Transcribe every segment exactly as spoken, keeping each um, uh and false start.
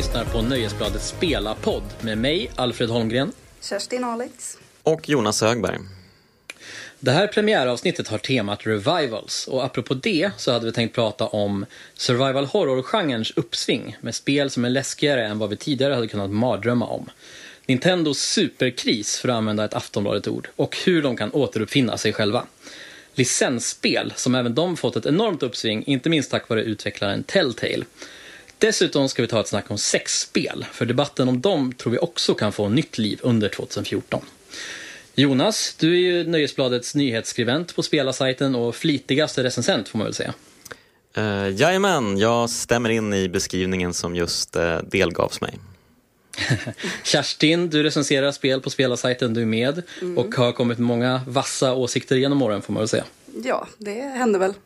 lyssnar på Nöjesbladets Spela-podd med mig, Alfred Holmgren, Kerstin Alex och Jonas Högberg. Det här premiäravsnittet har temat Revivals, och apropå det så hade vi tänkt prata om survival horror-genrens uppsving med spel som är läskigare än vad vi tidigare hade kunnat mardrömma om. Nintendos superkris, för att använda ett Aftonbladet-ord, och hur de kan återuppfinna sig själva. Licensspel som även de fått ett enormt uppsving, inte minst tack vare utvecklaren Telltale. Dessutom ska vi ta ett snack om sexspel, för debatten om dem tror vi också kan få nytt liv under tjugohundrafjorton. Jonas, du är ju Nöjesbladets nyhetsskribent på spelarsajten och flitigaste recensent, får man väl säga. Uh, jajamän, jag stämmer in i beskrivningen som just uh, delgavs mig. Kerstin, du recenserar spel på spelarsajten, du är med mm. och har kommit med många vassa åsikter genom åren, får man väl säga. Ja, det händer väl.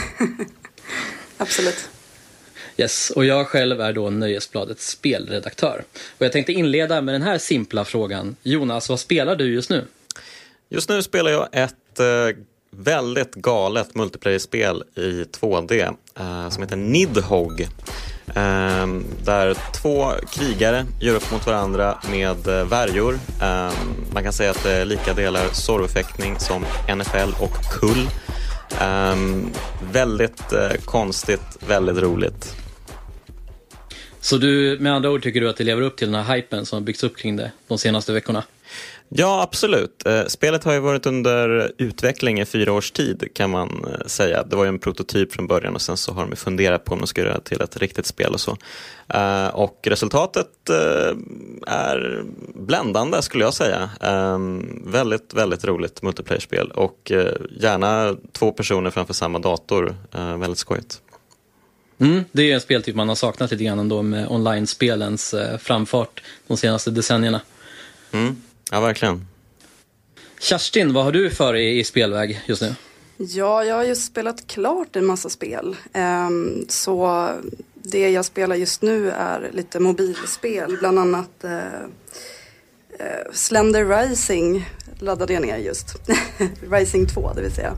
Absolut. Yes, och jag själv är då Nöjesbladets spelredaktör. Och jag tänkte inleda med den här simpla frågan. Jonas, vad spelar du just nu? Just nu spelar jag ett eh, väldigt galet multiplayer-spel i två D eh, som heter Nidhogg. Eh, där två krigare gör upp mot varandra med eh, värjor. Eh, man kan säga att det är lika delar sorgfäktning som N F L och kull. Eh, väldigt eh, konstigt, väldigt roligt. Så du, med andra ord, tycker du att det lever upp till den här hypen som har byggts upp kring det de senaste veckorna? Ja, absolut. Eh, spelet har ju varit under utveckling i fyra års tid, kan man eh, säga. Det var ju en prototyp från början och sen så har de funderat på om de ska göra till ett riktigt spel och så. Eh, och resultatet eh, är bländande, skulle jag säga. Eh, väldigt, väldigt roligt multiplayer-spel och eh, gärna två personer framför samma dator. Eh, väldigt skojigt. Mm, det är ju en speltyp man har saknat lite grann ändå med online-spelens eh, framfart de senaste decennierna. Mm, ja, verkligen. Kerstin, vad har du för i, i spelväg just nu? Ja, jag har just spelat klart en massa spel. Um, så det jag spelar just nu är lite mobilspel. Bland annat uh, uh, Slender Rising laddade jag ner just. Rising två, det vill säga.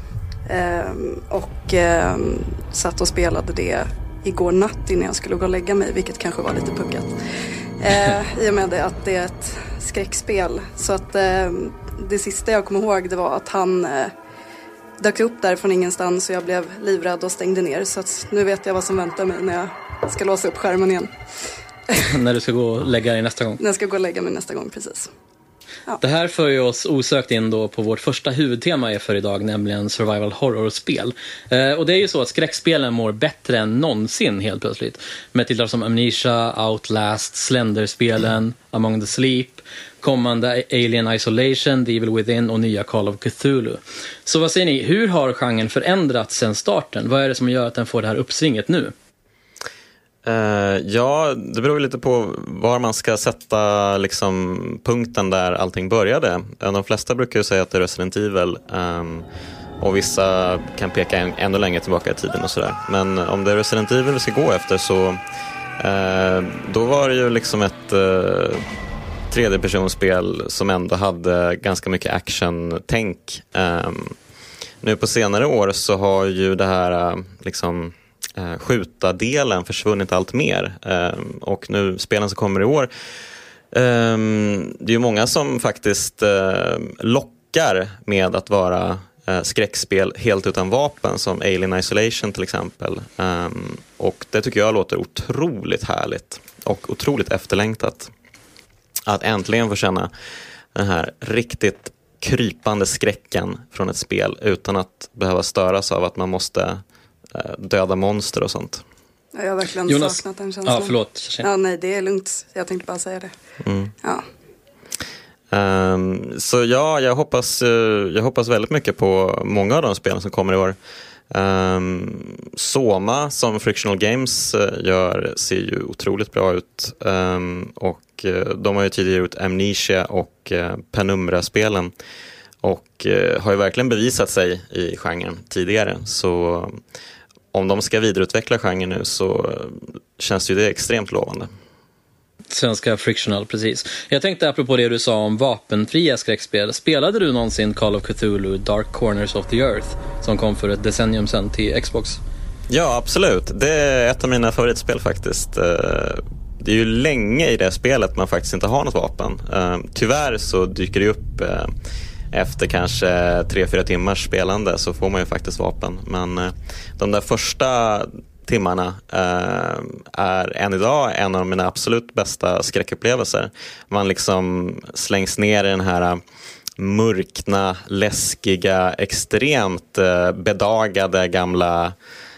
Um, och um, satt och spelade det igår natt innan jag skulle gå och lägga mig, vilket kanske var lite puckat uh, i och med det att det är ett skräckspel. Så att uh, det sista jag kommer ihåg, det var att han uh, dök upp där från ingenstans och jag blev livrädd och stängde ner. Så att nu vet jag vad som väntar mig när jag ska låsa upp skärmen igen. När du ska gå och lägga dig nästa gång? När jag ska gå och lägga mig nästa gång, precis. Ja. Det här för ju oss osökt in då på vårt första huvudtema är för idag, nämligen survival horror-spel. Eh, och det är ju så att skräckspelen mår bättre än någonsin helt plötsligt. Med titlar som Amnesia, Outlast, Slender-spelen, mm. Among the Sleep, kommande Alien Isolation, The Evil Within och nya Call of Cthulhu. Så vad säger ni, hur har genren förändrats sedan starten? Vad är det som gör att den får det här uppsvinget nu? Uh, ja, det beror lite på var man ska sätta liksom, punkten där allting började. De flesta brukar ju säga att det är Resident Evil um, och vissa kan peka en, ännu längre tillbaka i tiden och sådär. Men om det är Resident Evil vi ska gå efter så uh, då var det ju liksom ett uh, tredje-personspel som ändå hade ganska mycket action-tänk. Um, nu på senare år så har ju det här uh, liksom Uh, skjuta delen försvunnit allt mer uh, och nu spelen som kommer i år um, det är ju många som faktiskt uh, lockar med att vara uh, skräckspel helt utan vapen, som Alien Isolation till exempel, um, och det tycker jag låter otroligt härligt och otroligt efterlängtat att äntligen få känna den här riktigt krypande skräcken från ett spel utan att behöva störas av att man måste döda monster och sånt. Ja, jag har verkligen Jonas, saknat den känslan. Ja, förlåt. Ja, nej, det är lugnt. Jag tänkte bara säga det. Mm. Ja. Um, så ja, jag hoppas, uh, jag hoppas väldigt mycket på många av de spelen som kommer i år. Um, Soma, som Frictional Games uh, gör, ser ju otroligt bra ut. Um, och uh, de har ju tidigare gjort Amnesia och uh, Penumbra-spelen. Och uh, har ju verkligen bevisat sig i genren tidigare. Så uh, om de ska vidareutveckla genren nu så uh, känns ju det extremt lovande. Svenska Frictional, precis. Jag tänkte apropå det du sa om vapenfria skräckspel. Spelade du någonsin Call of Cthulhu Dark Corners of the Earth som kom för ett decennium sedan till Xbox? Ja, absolut. Det är ett av mina favoritspel faktiskt. det är ju länge i det spelet man faktiskt inte har något vapen. Uh, tyvärr så dyker det upp uh, efter kanske tre fyra timmars spelande så får man ju faktiskt vapen. Men uh, de där första timmarna uh, är än idag en av mina absolut bästa skräckupplevelser. Man liksom slängs ner i den här mörkna, läskiga, extremt uh, bedagade gamla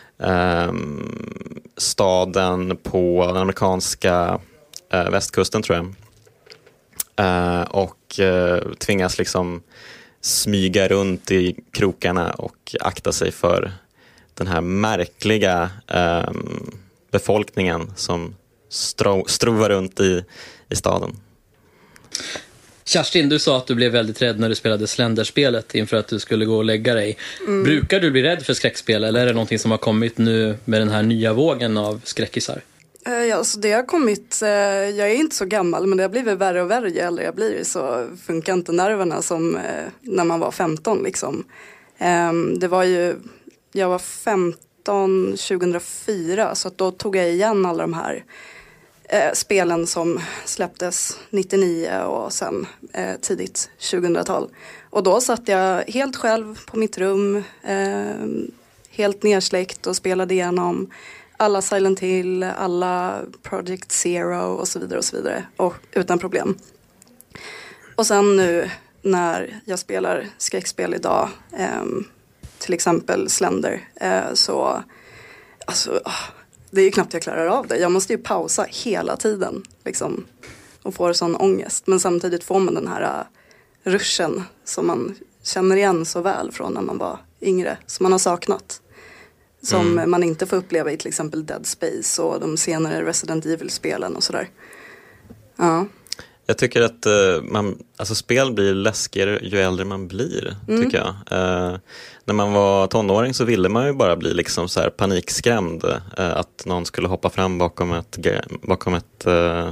um, staden på den amerikanska uh, västkusten, tror jag. Uh, och uh, tvingas liksom smyga runt i krokarna och akta sig för den här märkliga uh, befolkningen som stro- strovar runt i, i staden. Kerstin, du sa att du blev väldigt rädd när du spelade Slender-spelet inför att du skulle gå och lägga dig. Mm. Brukar du bli rädd för skräckspel eller är det någonting som har kommit nu med den här nya vågen av skräckisar? Ja, alltså det har kommit, jag är inte så gammal men det har blivit värre och värre ju äldre jag blir, så funkar inte nerverna som när man var femton liksom. Det var ju, jag var femton tjugohundrafyra så att då tog jag igen alla de här spelen som släpptes nittionio och sen tidigt tjugohundratal. Och då satt jag helt själv på mitt rum, helt nersläckt och spelade igenom alla Silent Hill, alla Project Zero och så vidare och så vidare. Och utan problem. Och sen nu när jag spelar skräckspel idag, eh, till exempel Slender, eh, så alltså, det är ju knappt jag klarar av det. Jag måste ju pausa hela tiden liksom, och får sån ångest. Men samtidigt får man den här uh, ruschen som man känner igen så väl från när man var yngre, som man har saknat. Som mm. man inte får uppleva i till exempel Dead Space och de senare Resident Evil-spelen och sådär. Ja. Jag tycker att uh, man, alltså spel blir läskigare ju äldre man blir, mm. tycker jag. Uh, när man var tonåring så ville man ju bara bli liksom så här panikskrämd. Uh, att någon skulle hoppa fram bakom ett, bakom ett uh,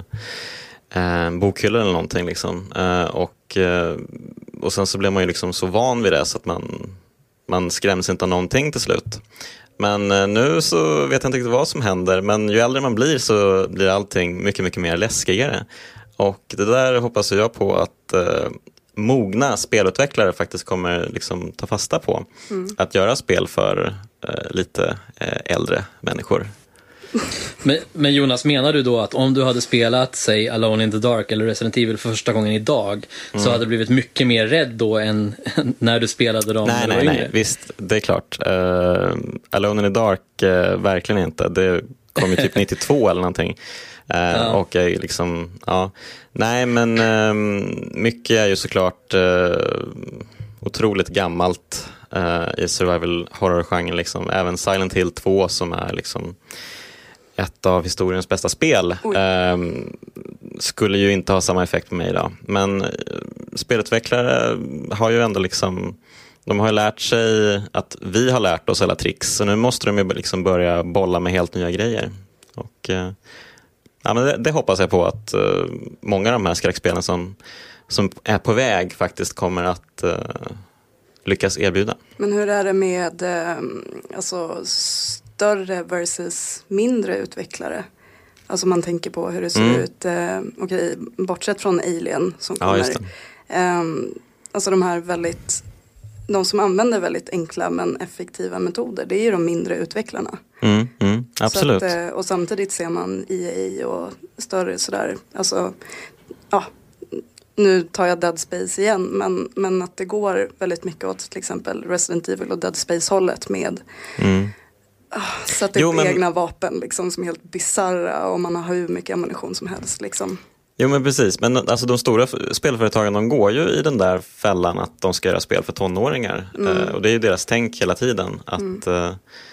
uh, bokhylla eller någonting. Liksom. Uh, och, uh, och sen så blev man ju liksom så van vid det så att man, man skräms inte av någonting till slut. Men uh, nu så vet jag inte riktigt vad som händer. Men ju äldre man blir så blir allting mycket, mycket mer läskigare. Och det där hoppas jag på att eh, mogna spelutvecklare faktiskt kommer liksom ta fasta på. Mm. Att göra spel för eh, lite eh, äldre människor. Men, men Jonas, menar du då att om du hade spelat, säg Alone in the Dark eller Resident Evil för första gången idag, mm. så hade du blivit mycket mer rädd då än när du spelade dem? Nej, nej, nej. Visst, det är klart. Uh, Alone in the Dark, uh, verkligen inte. Det kom ju typ nittiotvå eller någonting. Uh, ja. Och jag liksom, ja. Nej, men uh, mycket är ju såklart uh, otroligt gammalt uh, i survival horror-genren. Liksom. Även Silent Hill två som är liksom ett av historiens bästa spel uh, skulle ju inte ha samma effekt på mig idag. Men uh, spelutvecklare har ju ändå liksom, de har ju lärt sig att vi har lärt oss alla tricks. Så nu måste de ju liksom börja bolla med helt nya grejer. Och uh, ja, men det, det hoppas jag på att uh, många av de här skräckspelen som, som är på väg faktiskt kommer att uh, lyckas erbjuda. Men hur är det med uh, alltså, större versus mindre utvecklare? Alltså man tänker på hur det ser mm. ut. Uh, okej, bortsett från Alien som kommer. Ja, just det. Um, alltså de här väldigt, de som använder väldigt enkla men effektiva metoder, det är ju de mindre utvecklarna. Mm, mm, absolut. Så att, och samtidigt ser man E A och större sådär, alltså, ja, nu tar jag Dead Space igen, men, men att det går väldigt mycket åt till exempel Resident Evil och Dead Space-hållet med mm. så att det är men... egna vapen liksom, som är helt bizarra och man har hur mycket ammunition som helst liksom. Jo, men precis, men alltså de stora spelföretagen, de går ju i den där fällan att de ska göra spel för tonåringar mm. uh, och det är ju deras tänk hela tiden att mm. uh,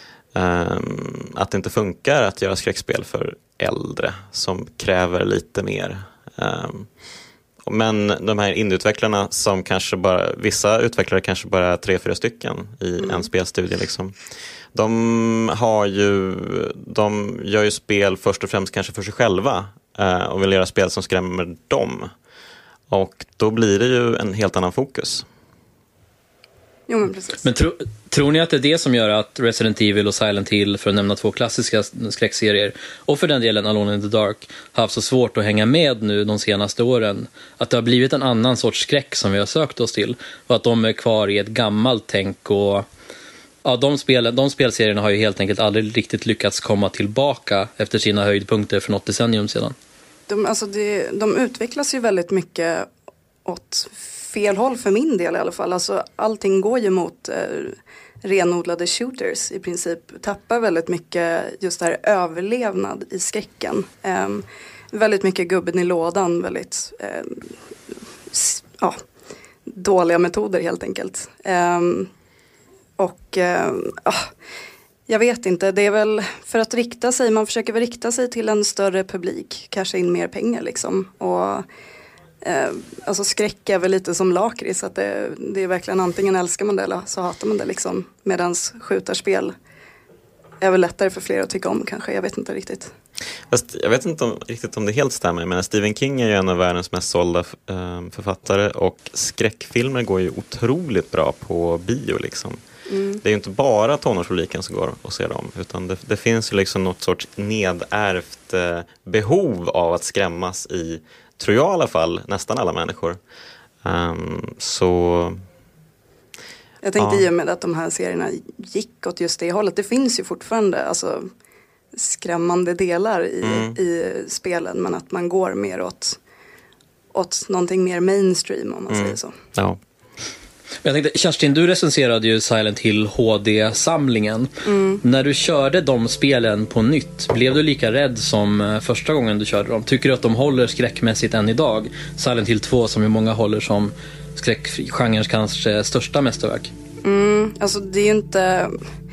um, att det inte funkar att göra skräckspel för äldre som kräver lite mer. Um, men de här indieutvecklarna som kanske bara, vissa utvecklare kanske bara är tre, fyra stycken i mm. en spelstudie liksom. De har ju, de gör ju spel först och främst kanske för sig själva uh, och vill göra spel som skrämmer dem. Och då blir det ju en helt annan fokus. Jo, men precis. Men tro, tror ni att det är det som gör att Resident Evil och Silent Hill, för att nämna två klassiska skräckserier, och för den delen Alone in the Dark, har haft så svårt att hänga med nu de senaste åren? Att det har blivit en annan sorts skräck som vi har sökt oss till, och att de är kvar i ett gammalt tänk. Och ja, de, spel, de spelserierna har ju helt enkelt aldrig riktigt lyckats komma tillbaka efter sina höjdpunkter för något decennium sedan. De, alltså det, de utvecklas ju väldigt mycket åt fel håll för min del i alla fall. Alltså, allting går ju mot eh, renodlade shooters i princip. Tappar väldigt mycket just det här överlevnad i skräcken. Eh, väldigt mycket gubben i lådan. Väldigt eh, s- ja, dåliga metoder helt enkelt. Eh, och eh, ah, jag vet inte. Det är väl för att rikta sig. Man försöker väl rikta sig till en större publik. Kanske in mer pengar liksom. Och Eh, alltså skräck är väl lite som lakrits, att det, det är verkligen antingen älskar man det eller så hatar man det liksom. Medans skjutarspel är väl lättare för fler att tycka om kanske, jag vet inte riktigt. Fast jag vet inte om, riktigt om det helt stämmer, men Stephen King är ju en av världens mest sålda eh, författare, och skräckfilmer går ju otroligt bra på bio liksom. Mm. Det är ju inte bara tonårspubliken som går och ser dem, utan det, det finns ju liksom något sorts nedärvt eh, behov av att skrämmas i, tror jag i alla fall, nästan alla människor. Um, så... Jag tänkte ja. i och med att de här serierna gick åt just det hållet. Det finns ju fortfarande alltså, skrämmande delar i, mm. i spelen, men att man går mer åt, åt någonting mer mainstream om man mm. säger så. Ja. Jag tänkte, Kerstin, du recenserade ju Silent Hill H D-samlingen. Mm. När du körde de spelen på nytt, blev du lika rädd som första gången du körde dem? Tycker du att de håller skräckmässigt än idag? Silent Hill två, som ju många håller som skräckgenrens kanske största mästerverk. Mm, alltså det är ju inte...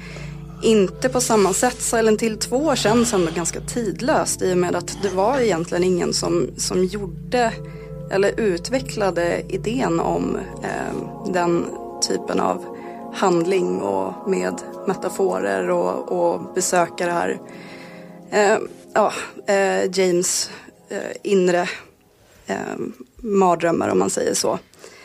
Inte på samma sätt. Silent Hill två känns ändå ganska tidlöst, i och med att det var egentligen ingen som, som gjorde... eller utvecklade idén om eh, den typen av handling och med metaforer och, och besöka det här eh, ja, eh, James eh, inre eh, mardrömmar, om man säger så.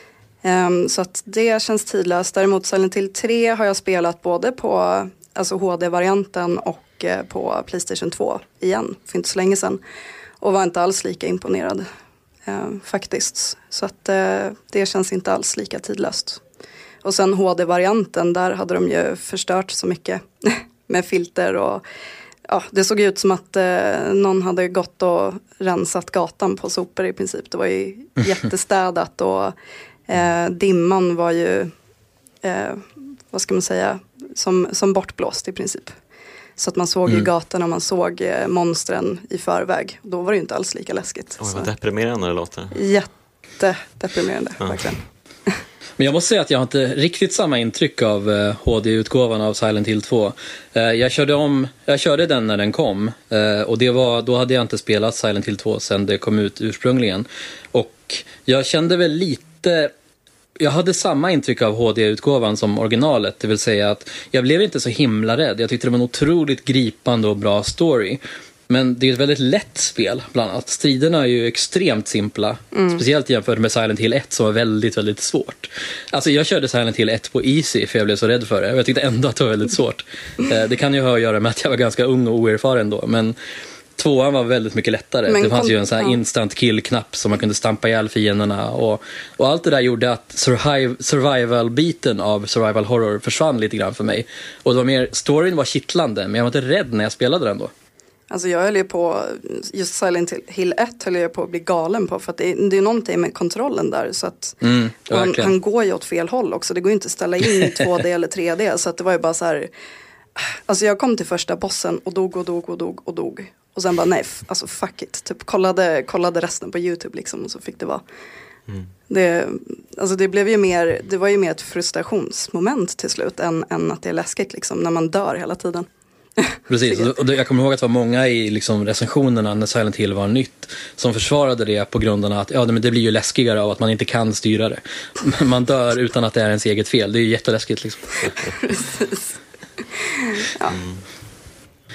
Eh, så att det känns tidlöst. Däremot Silent Hill tre har jag spelat både på alltså H D-varianten och eh, på PlayStation två igen, för inte så länge sedan. Och var inte alls lika imponerad. Eh, faktiskt. Så att eh, det känns inte alls lika tidlöst. Och sen H D-varianten, där hade de ju förstört så mycket med filter och ja, det såg ut som att eh, någon hade gått och rensat gatan på sopor i princip. Det var ju jättestädat och eh, dimman var ju eh, vad ska man säga, som, som bortblåst i princip. Så att man såg mm. ju gatan och man såg eh, monstren i förväg. Då var det ju inte alls lika läskigt. Oj, vad deprimerande det låter. Jättedeprimerande, ja. Verkligen. Men jag måste säga att jag har inte riktigt samma intryck av eh, H D-utgåvan av Silent Hill två. Eh, jag, körde om, jag körde den när den kom. Eh, och det var, då hade jag inte spelat Silent Hill två sedan det kom ut ursprungligen. Och jag kände väl lite... Jag hade samma intryck av H D-utgåvan som originalet, det vill säga att jag blev inte så himla rädd. Jag tyckte det var en otroligt gripande och bra story. Men det är ett väldigt lätt spel, bland annat. Striderna är ju extremt simpla, mm. speciellt jämfört med Silent Hill ett som var väldigt, väldigt svårt. Alltså jag körde Silent Hill ett på easy för jag blev så rädd för det. Och jag tyckte ändå att det var väldigt svårt. Det kan ju ha att göra med att jag var ganska ung och oerfaren då, men... Tvåan var väldigt mycket lättare. Men det fanns kom, ju en sån här ja. instant kill-knapp som man kunde stampa ihjäl fienderna. Och, och allt det där gjorde att survival, survival-biten av survival horror försvann lite grann för mig. Och det var mer, storyn var kittlande, men jag var inte rädd när jag spelade den då. Alltså jag höll ju på, just Silent Hill ett höll jag på att bli galen på. För att det, det är någonting med kontrollen där. Så att mm, han, han går ju åt fel håll också. Det går ju inte att ställa in två D eller tre D. Så att det var ju bara så här... Alltså jag kom till första bossen och dog och dog och dog och dog. Och sen bara nej, alltså fuck it. Typ kollade, kollade resten på YouTube liksom, och så fick det vara. Mm. Det, alltså det blev ju mer, det var ju mer ett frustrationsmoment till slut än, än att det är läskigt liksom, när man dör hela tiden. Precis, och jag kommer ihåg att det var många i liksom recensionerna när Silent Hill var nytt som försvarade det på grund av att ja, men det blir ju läskigare av att man inte kan styra det. Man dör utan att det är ens eget fel. Det är ju jätteläskigt liksom. Precis. Ja. Mm.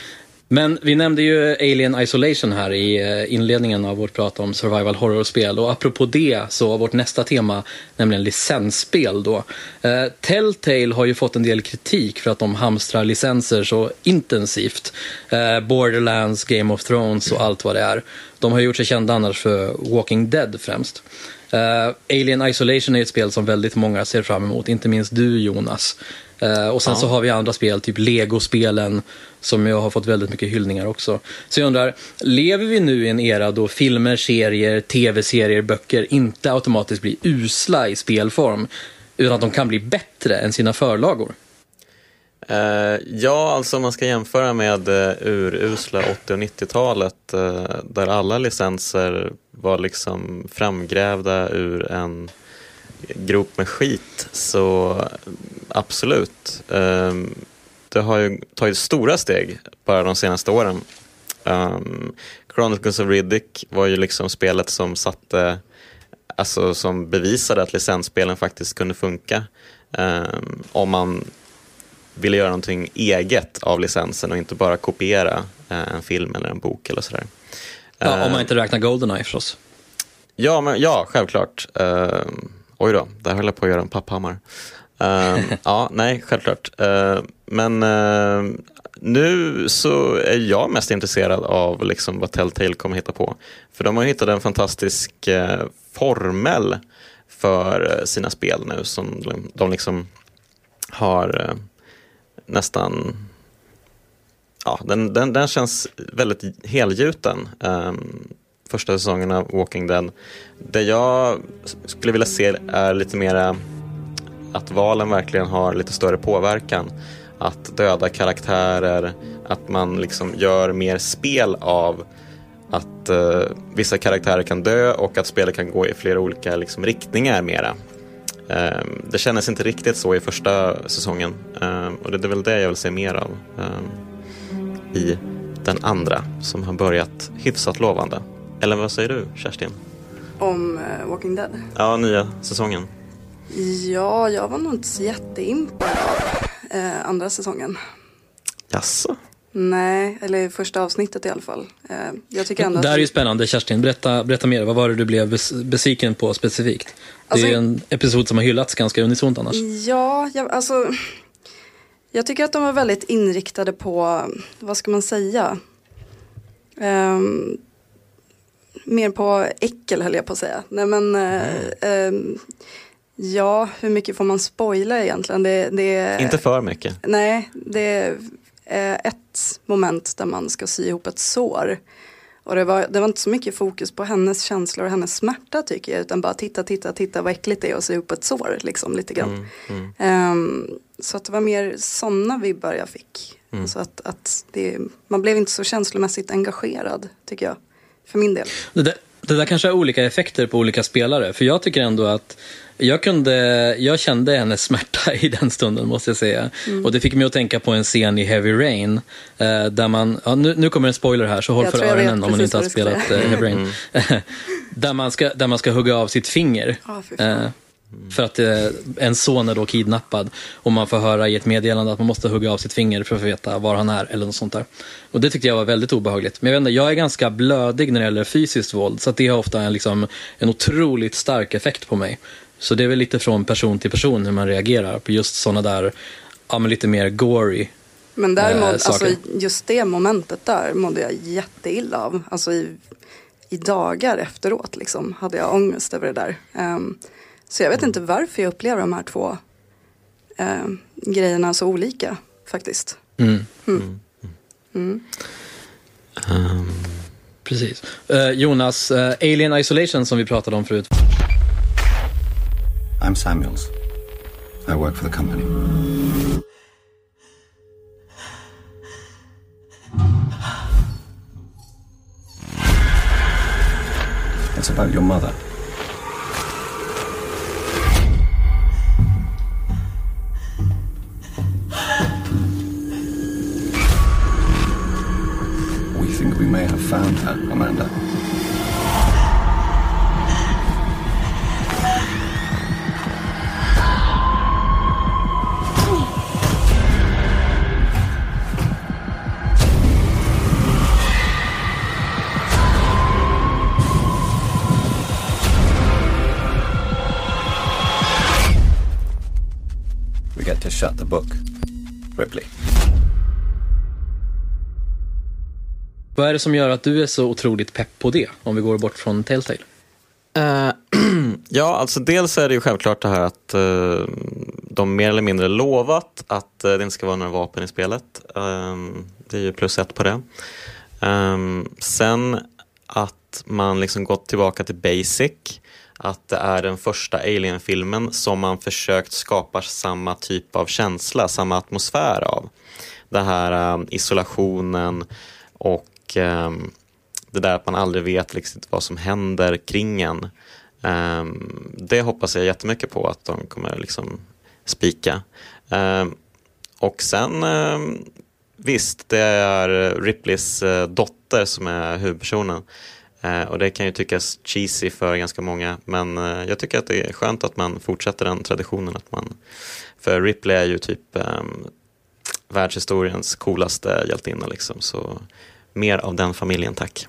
Men vi nämnde ju Alien Isolation här i inledningen av vårt prat om survival horror-spel. Och apropå det så vårt nästa tema, nämligen licensspel då. Eh, Telltale har ju fått en del kritik för att de hamstrar licenser så intensivt. Eh, Borderlands, Game of Thrones och allt vad det är. De har gjort sig kända annars för Walking Dead främst. Uh, Alien Isolation är ett spel som väldigt många ser fram emot, inte minst du Jonas. Uh, och sen ja. så har vi andra spel, typ Lego-spelen, som jag har fått väldigt mycket hyllningar också. Så jag undrar, lever vi nu i en era då filmer, serier, tv-serier, böcker inte automatiskt blir usla i spelform, utan att de kan bli bättre än sina förlagor? Uh, ja, alltså man ska jämföra med uh, urusla åttio- och nittiotalet uh, där alla licenser var liksom framgrävda ur en grop med skit, så absolut. Uh, det har ju tagit stora steg bara de senaste åren. Um, Chronicles of Riddick var ju liksom spelet som satte, alltså som bevisade att licensspelen faktiskt kunde funka um, om man ville göra någonting eget av licensen och inte bara kopiera eh, en film eller en bok eller sådär. Ja, uh, om man inte räknar GoldenEye förstås. Ja, men, ja självklart. Uh, oj då, där höll jag på att göra en papphammar. Uh, ja, nej, självklart. Uh, men uh, nu så är jag mest intresserad av liksom vad Telltale kommer hitta på. För de har hittat en fantastisk uh, formel för uh, sina spel nu som de, de liksom har... Uh, nästan ja, den, den, den känns väldigt helgjuten. Um, första säsongen av Walking Dead. Det jag skulle vilja se är lite mera att valen verkligen har lite större påverkan, att döda karaktärer, att man liksom gör mer spel av att uh, vissa karaktärer kan dö och att spelet kan gå i flera olika liksom, riktningar mera. Um, det kändes inte riktigt så i första säsongen um, och det är väl det jag vill se mer av um, i den andra som har börjat hyfsat lovande. Eller vad säger du, Kerstin? Om uh, Walking Dead? Ja, nya säsongen. Ja, jag var nog inte så jätteimponerad av uh, andra säsongen. Jaså? Nej, eller första avsnittet i alla fall. Uh, jag tycker ändå det här att... är ju spännande, Kerstin. Berätta, berätta mer. Vad var det du blev bes- besviken på specifikt? Det är alltså, en episod som har hyllats ganska unisont annars. Ja, jag, alltså... Jag tycker att de var väldigt inriktade på... Vad ska man säga? Um, mer på äckel, höll jag på att säga. Nej, men... Mm. Uh, um, ja, hur mycket får man spoila egentligen? Det, det, Inte för mycket. Nej, det är ett moment där man ska sy ihop ett sår. Och det var, det var inte så mycket fokus på hennes känslor och hennes smärta tycker jag. Utan bara titta, titta, titta vad äckligt det är och sy ihop ett sår liksom lite grann. Mm, mm. Um, så att det var mer sådana vibbar jag fick. Mm. Så att, att det, man blev inte så känslomässigt engagerad tycker jag. För min del. Det där, det där kanske har olika effekter på olika spelare. För jag tycker ändå att jag, kunde, jag kände hennes smärta i den stunden måste jag säga. Mm. Och det fick mig att tänka på en scen i Heavy Rain. Eh, där man, ja, nu, nu kommer en spoiler här så håll jag för öronen om man inte har spelat eh, Heavy Rain. Mm. där, man ska, där man ska hugga av sitt finger. Oh, eh, för att eh, en son är då kidnappad. Och man får höra i ett meddelande att man måste hugga av sitt finger för att få veta var han är eller något sånt där. Och det tyckte jag var väldigt obehagligt. Men jag vet inte, jag är ganska blödig när det gäller fysiskt våld. Så att det har ofta en, liksom, en otroligt stark effekt på mig. Så det är väl lite från person till person hur man reagerar på just sådana där, ja men lite mer gory. Men däremot, äh, alltså just det momentet där mådde jag jätteilla av. Alltså i, i dagar efteråt liksom hade jag ångest över det där. Um, så jag vet inte varför jag upplever de här två uh, grejerna så olika faktiskt. Mm. Mm. Mm. Um. Precis. Uh, Jonas, uh, Alien Isolation som vi pratade om förut. I'm Samuels. I work for the company. It's about your mother. We think we may have found her, Amanda. shut the book. Ripley. Vad är det som gör att du är så otroligt pepp på det, om vi går bort från Telltale? Uh, ja, alltså dels är det ju självklart det här att uh, de mer eller mindre lovat att uh, det inte ska vara några vapen i spelet. Um, det är ju plus ett på det. Um, sen att man liksom gått tillbaka till basic. Att det är den första Alien-filmen som man försökt skapa samma typ av känsla, samma atmosfär av. Det här um, isolationen och um, det där att man aldrig vet liksom vad som händer kring en. Um, det hoppas jag jättemycket på att de kommer liksom spika. Um, och sen um, visst, det är Ripleys uh, dotter som är huvudpersonen. Uh, och det kan ju tyckas cheesy för ganska många. Men uh, jag tycker att det är skönt att man fortsätter den traditionen. Att man, för Ripley är ju typ um, världshistoriens coolaste hjältinna liksom. Så mer av den familjen, tack.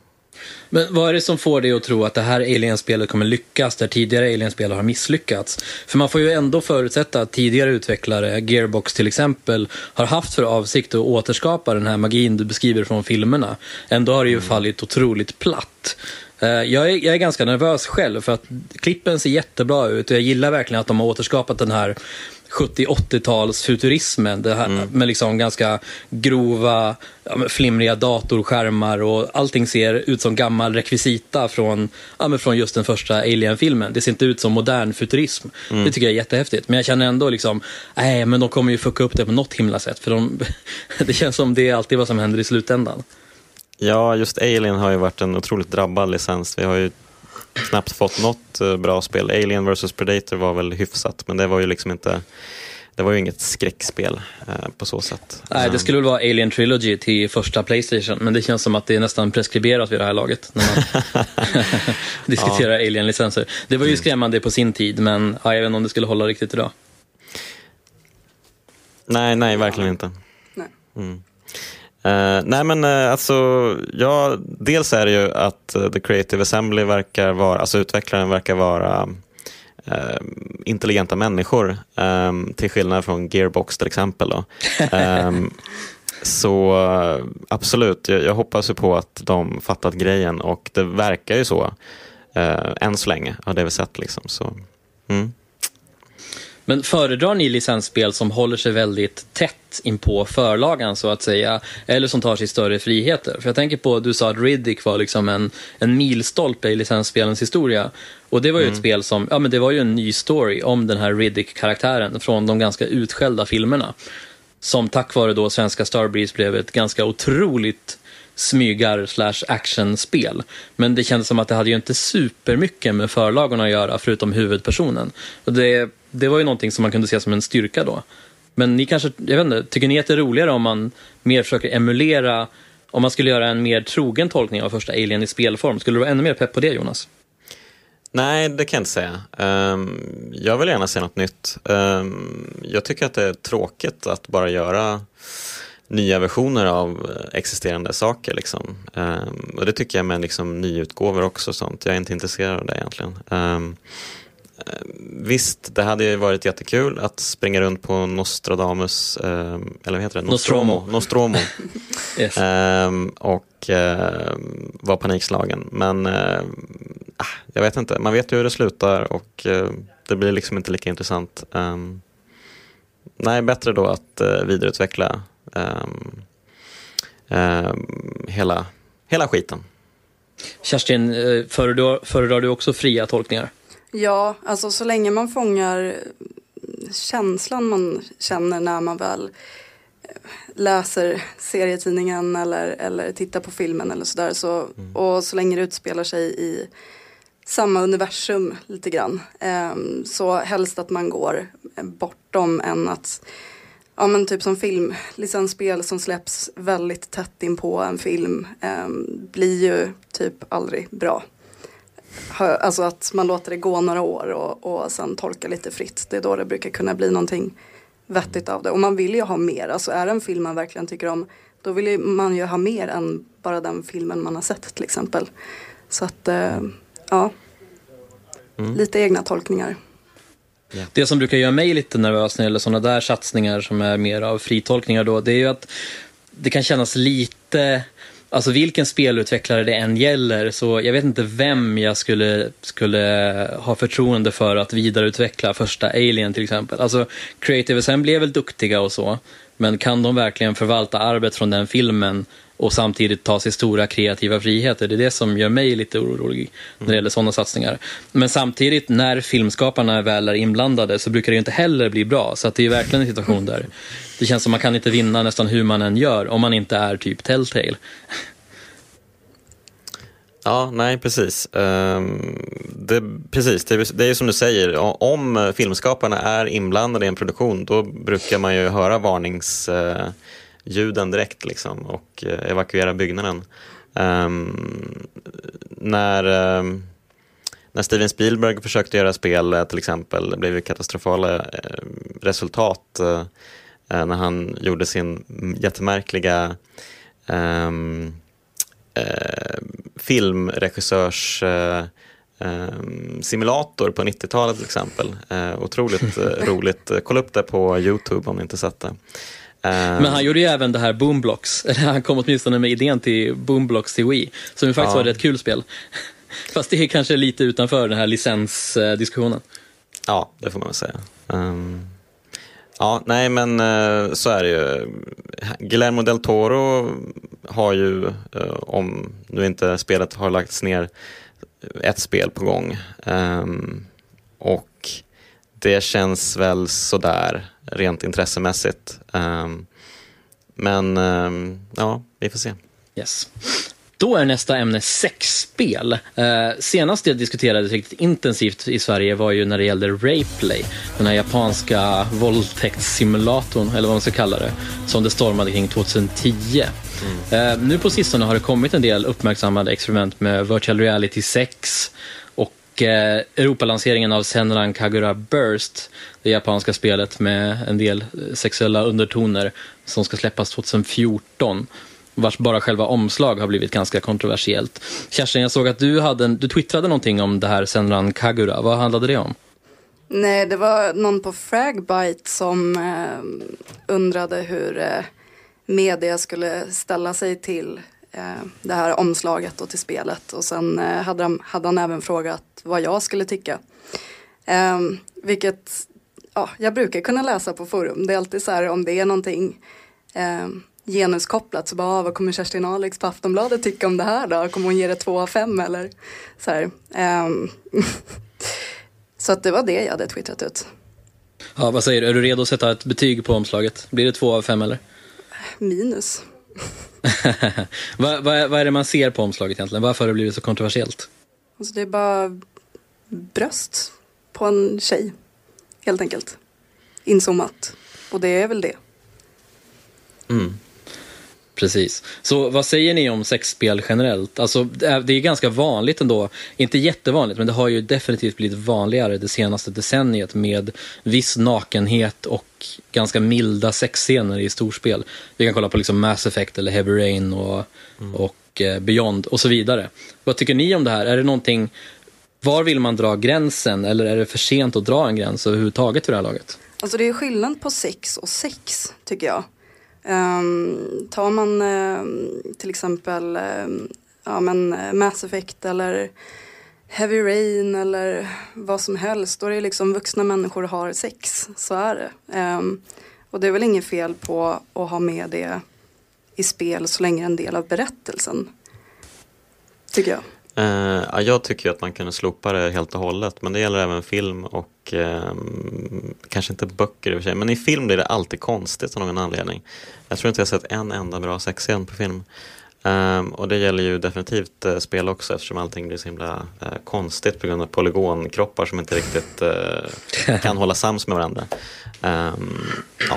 Men vad är det som får dig att tro att det här Alien-spelet kommer lyckas där tidigare Alien-spel har misslyckats? För man får ju ändå förutsätta att tidigare utvecklare, Gearbox till exempel, har haft för avsikt att återskapa den här magin du beskriver från filmerna. Ändå har det ju mm. fallit otroligt platt. Jag är, jag är ganska nervös själv för att klippen ser jättebra ut och jag gillar verkligen att de har återskapat den här sjuttio-åttio-tals futurismen, det här mm. med liksom ganska grova, ja, flimriga datorskärmar och allting ser ut som gammal rekvisita från, ja, men från just den första Alien-filmen. Det ser inte ut som modern futurism. Mm. Det tycker jag är jättehäftigt. Men jag känner ändå liksom, nej, men de kommer ju fucka upp det på något himla sätt. För de, det känns som det är alltid vad som händer i slutändan. Ja, just Alien har ju varit en otroligt drabbad licens. Vi har ju knappt fått något bra spel. Alien versus Predator var väl hyfsat, men det var ju liksom inte, det var ju inget skräckspel eh, på så sätt. Nej, det skulle väl vara Alien Trilogy till första PlayStation, men det känns som att det är nästan preskriberat vid det här laget när man diskuterar ja. Alien-licenser. Det var ju skrämmande på sin tid, men ja, jag vet inte om det skulle hålla riktigt idag. Nej, nej, verkligen inte. Nej. Mm. Uh, nej men uh, alltså ja, dels är det ju att uh, The Creative Assembly verkar vara, alltså utvecklaren verkar vara uh, intelligenta människor, um, till skillnad från Gearbox till exempel då. um, så uh, absolut, jag, jag hoppas ju på att de fattat grejen och det verkar ju så uh, än så länge har det vi sett liksom, så mm. Men föredrar ni licensspel som håller sig väldigt tätt in på förlagan så att säga, eller som tar sig större friheter? För jag tänker på, du sa att Riddick var liksom en, en milstolpe i licensspelens historia. Och det var ju mm. ett spel som, ja men det var ju en ny story om den här Riddick-karaktären från de ganska utskällda filmerna. Som tack vare då svenska Starbreeze blev ett ganska otroligt smygar slash actionspel. Men det kändes som att det hade ju inte supermycket med förlagarna att göra förutom huvudpersonen. Och det, det var ju någonting som man kunde se som en styrka då. Men ni kanske, jag vet inte, tycker ni att det är roligare om man mer försöker emulera, om man skulle göra en mer trogen tolkning av första Alien i spelform? Skulle du vara ännu mer pepp på det, Jonas? Nej, det kan jag inte säga. Um, jag vill gärna se något nytt. Um, jag tycker att det är tråkigt att bara göra nya versioner av existerande saker liksom. Um, och det tycker jag med liksom nyutgåvor också sånt. Jag är inte intresserad av det egentligen. Um, visst, det hade ju varit jättekul att springa runt på Nostradamus, um, eller vad heter det? Nostromo. Nostromo. Yes. um, och uh, var panikslagen. Men uh, jag vet inte. Man vet ju hur det slutar och uh, det blir liksom inte lika intressant. Um, nej, bättre då att uh, vidareutveckla Um, um, hela, hela skiten. Kerstin, föredrar, föredrar du också fria tolkningar? Ja, alltså så länge man fångar känslan man känner när man väl läser serietidningen eller, eller tittar på filmen eller sådär, så, mm. och så länge det utspelar sig i samma universum lite grann, um, så helst att man går bortom än att, ja men typ som filmlicensspel som släpps väldigt tätt in på en film eh, blir ju typ aldrig bra. Alltså att man låter det gå några år och, och sen tolka lite fritt. Det är då det brukar kunna bli någonting vettigt av det. Och man vill ju ha mer. Alltså är det en film man verkligen tycker om, då vill man ju ha mer än bara den filmen man har sett till exempel. Så att, eh, ja. Mm. Lite egna tolkningar. Yeah. Det som brukar göra mig lite nervös när det gäller sådana där satsningar som är mer av fritolkningar då, det är ju att det kan kännas lite, alltså vilken spelutvecklare det än gäller, så jag vet inte vem jag skulle, skulle ha förtroende för att vidareutveckla första Alien till exempel. Alltså Creative Assembly är väl duktiga och så, men kan de verkligen förvalta arvet från den filmen och samtidigt ta sig stora kreativa friheter? Det är det som gör mig lite orolig när det gäller sådana satsningar. Men samtidigt, när filmskaparna väl är inblandade så brukar det ju inte heller bli bra. Så att det är verkligen en situation där det känns som man kan inte vinna nästan hur man än gör om man inte är typ Telltale. Ja, nej, precis. Um, det, precis, det, det är som du säger, om filmskaparna är inblandade i en produktion, då brukar man ju höra varningsljuden uh, direkt liksom, och uh, evakuera byggnaden. Um, när, uh, när Steven Spielberg försökte göra spel uh, till exempel, det blev det katastrofala uh, resultat uh, uh, när han gjorde sin jättemärkliga um, Eh, filmregissörs eh, eh, simulator på nittiotalet till exempel. Eh, otroligt eh, roligt. Kolla upp det på YouTube om ni inte sett det. Eh, Men han gjorde ju även det här Boomblocks. Han kom åtminstone med idén till Boomblocks till Wii, som ju faktiskt ja. var ett kul spel. Fast det är kanske lite utanför den här licensdiskussionen. Ja, det får man väl säga. Um, ja, nej men så är det ju. Guillermo del Toro har ju, om nu inte spelet har lagts ner, ett spel på gång. Um, och det känns väl sådär rent intressemässigt. Um, men um, ja, vi får se. Yes. Då är nästa ämne sexspel. Eh, senast jag diskuterade riktigt intensivt i Sverige var ju när det gällde Rayplay, den här japanska våldtäktssimulatorn, eller vad man ska kalla det, som det stormade kring tjugohundratio. Mm. Eh, nu på sistone har det kommit en del uppmärksammade experiment med virtual reality sex och eh, Europalanseringen av Senran Kagura Burst, det japanska spelet med en del sexuella undertoner, som ska släppas tjugohundrafjorton. Vars bara själva omslag har blivit ganska kontroversiellt. Kerstin, jag såg att du, hade en, du twittrade någonting om det här Senran Kagura. Vad handlade det om? Nej, det var någon på Fragbite som eh, undrade hur eh, media skulle ställa sig till eh, det här omslaget och till spelet. Och sen eh, hade, han, hade han även frågat vad jag skulle tycka. Eh, vilket, ja, jag brukar kunna läsa på forum. Det är alltid så här, om det är någonting Eh, genuskopplat, så bara, vad kommer Kerstin Alex på Aftonbladet tycka om det här då? Kommer hon ge det två av fem eller så här? Um, så att det var det jag hade twittrat ut. Ja, vad säger du? Är du redo att sätta ett betyg på omslaget? Blir det två av fem eller? Minus. vad, vad, vad är det man ser på omslaget egentligen? Varför har det blivit så kontroversiellt? Alltså det är bara bröst på en tjej, helt enkelt. Inzoomat. Och det är väl det. Mm. Precis. Så vad säger ni om sexspel generellt? Alltså, det är, det är ganska vanligt ändå. Inte jättevanligt, men det har ju definitivt blivit vanligare det senaste decenniet med viss nakenhet och ganska milda sexscener i storspel. Vi kan kolla på liksom Mass Effect eller Heavy Rain och, mm. och eh, Beyond och så vidare. Vad tycker ni om det här? Är det någonting, var vill man dra gränsen, eller är det för sent att dra en gräns överhuvudtaget för det här laget? Alltså det är skillnad på sex och sex, tycker jag. Um, tar man um, till exempel um, ja, men, Mass Effect eller Heavy Rain eller vad som helst, då är det liksom vuxna människor har sex, så är det. Um, och det är väl inget fel på att ha med det i spel så länge en del av berättelsen, tycker jag. Uh, ja, jag tycker att man kan slopa det helt och hållet, men det gäller även film och uh, kanske inte böcker i och för sig, men i film blir det alltid konstigt av någon anledning. Jag tror inte jag har sett en enda bra sexscen på film. Um, och det gäller ju definitivt uh, spel också, eftersom allting blir så himla uh, konstigt på grund av polygonkroppar som inte riktigt uh, kan hålla sams med varandra. Um, ja.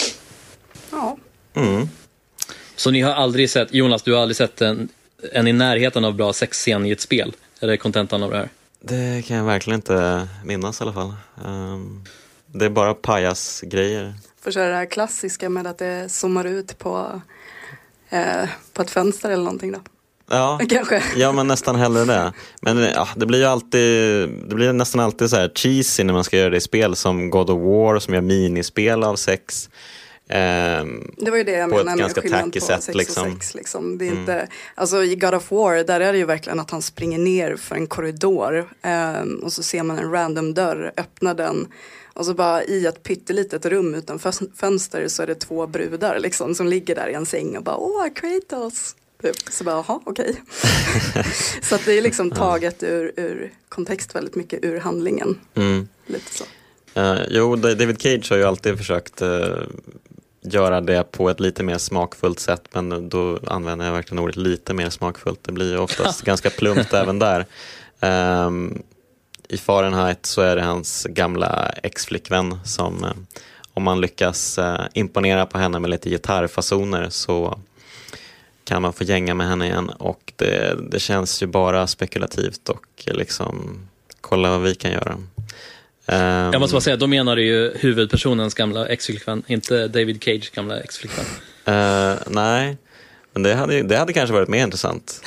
Ja. Mm. Så ni har aldrig sett, Jonas, du har aldrig sett en en i närheten av bra sexscen i ett spel? Eller är kontentan av det här? Det kan jag verkligen inte minnas i alla fall. Um, det är bara pajas grejer. Får köra det här klassiska med att det zoomar ut på, eh, på ett fönster eller någonting då. Ja, kanske. Ja, men nästan hellre det. Men ja, det blir ju alltid, det blir nästan alltid så här cheesy när man ska göra det i spel, som God of War som gör minispel av sex. Um, det var ju det jag menade med skillnad på sex liksom. och sex. Liksom. Det är mm. inte, alltså i God of War, där är det ju verkligen att han springer ner för en korridor um, och så ser man en random dörr, öppnar den och så bara i ett pyttelitet rum utan fönster så är det två brudar liksom, som ligger där i en säng och bara åh, Kratos. Så bara, jaha, okej. Okay. Så att det är liksom taget ur, ur kontext väldigt mycket ur handlingen. Mm. Lite så. Uh, jo, David Cage har ju alltid försökt uh, göra det på ett lite mer smakfullt sätt, men då använder jag verkligen ordet lite mer smakfullt. Det blir ju oftast ganska plumpt även där. Um, I Fahrenheit så är det hans gamla ex-flickvän som, uh, om man lyckas uh, imponera på henne med lite gitarrfasoner så kan man få gänga med henne igen, och det, det känns ju bara spekulativt och liksom kolla vad vi kan göra. Um, Jag måste bara säga, då menar du ju huvudpersonens gamla ex-flickvän, inte David Cage gamla ex-flickvän. Uh, nej, men det hade, det hade kanske varit mer intressant.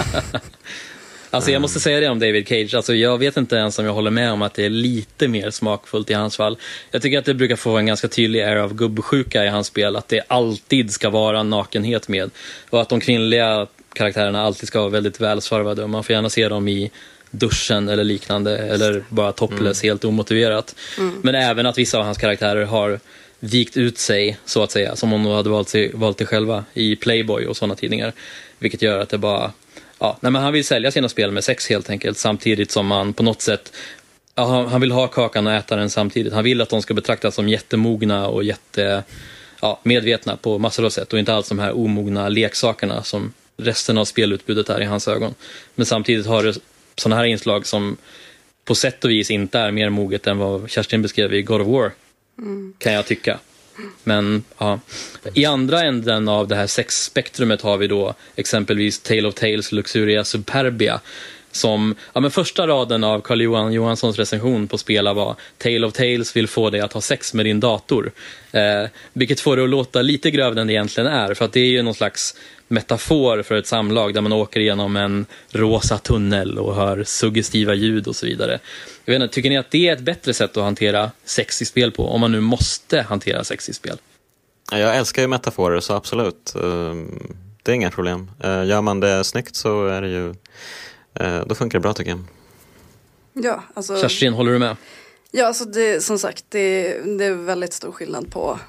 Alltså jag måste säga det om David Cage, alltså jag vet inte ens om jag håller med om att det är lite mer smakfullt i hans fall. Jag tycker att det brukar få en ganska tydlig air av gubbsjuka i hans spel, att det alltid ska vara nakenhet med, och att de kvinnliga karaktärerna alltid ska vara väldigt välsvarvade, och man får gärna se dem i duschen eller liknande, eller bara topless, mm. helt omotiverat. Mm. Men även att vissa av hans karaktärer har vikt ut sig, så att säga, som om de hade valt, sig, valt det själva i Playboy och sådana tidningar, vilket gör att det bara ja, nej, men han vill sälja sina spel med sex helt enkelt, samtidigt som han på något sätt ja, han vill ha kakan och äta den samtidigt. Han vill att de ska betraktas som jättemogna och jätte ja, medvetna på massor av sätt, och inte alls de här omogna leksakerna som resten av spelutbudet är i hans ögon. Men samtidigt har det sådana här inslag som på sätt och vis inte är mer moget än vad Kerstin beskrev i God of War, mm. kan jag tycka. Men ja, i andra änden av det här sexspektrumet har vi då exempelvis Tale of Tales Luxuria Superbia, som, ja men första raden av Carl-Johan Johanssons recension på spela var: Tale of Tales vill få dig att ha sex med din dator. Eh, vilket får det att låta lite grövre än det egentligen är, för att det är ju någon slags metafor för ett samlag där man åker igenom en rosa tunnel och hör suggestiva ljud och så vidare. Jag vet inte, tycker ni att det är ett bättre sätt att hantera sex i spel på, om man nu måste hantera sex i spel? Jag älskar ju metaforer, så absolut. Det är inga problem. Gör man det snyggt så är det ju, då funkar det bra tycker jag. Ja, alltså... Kerstin, håller du med? Ja, alltså det, som sagt, det, det är väldigt stor skillnad på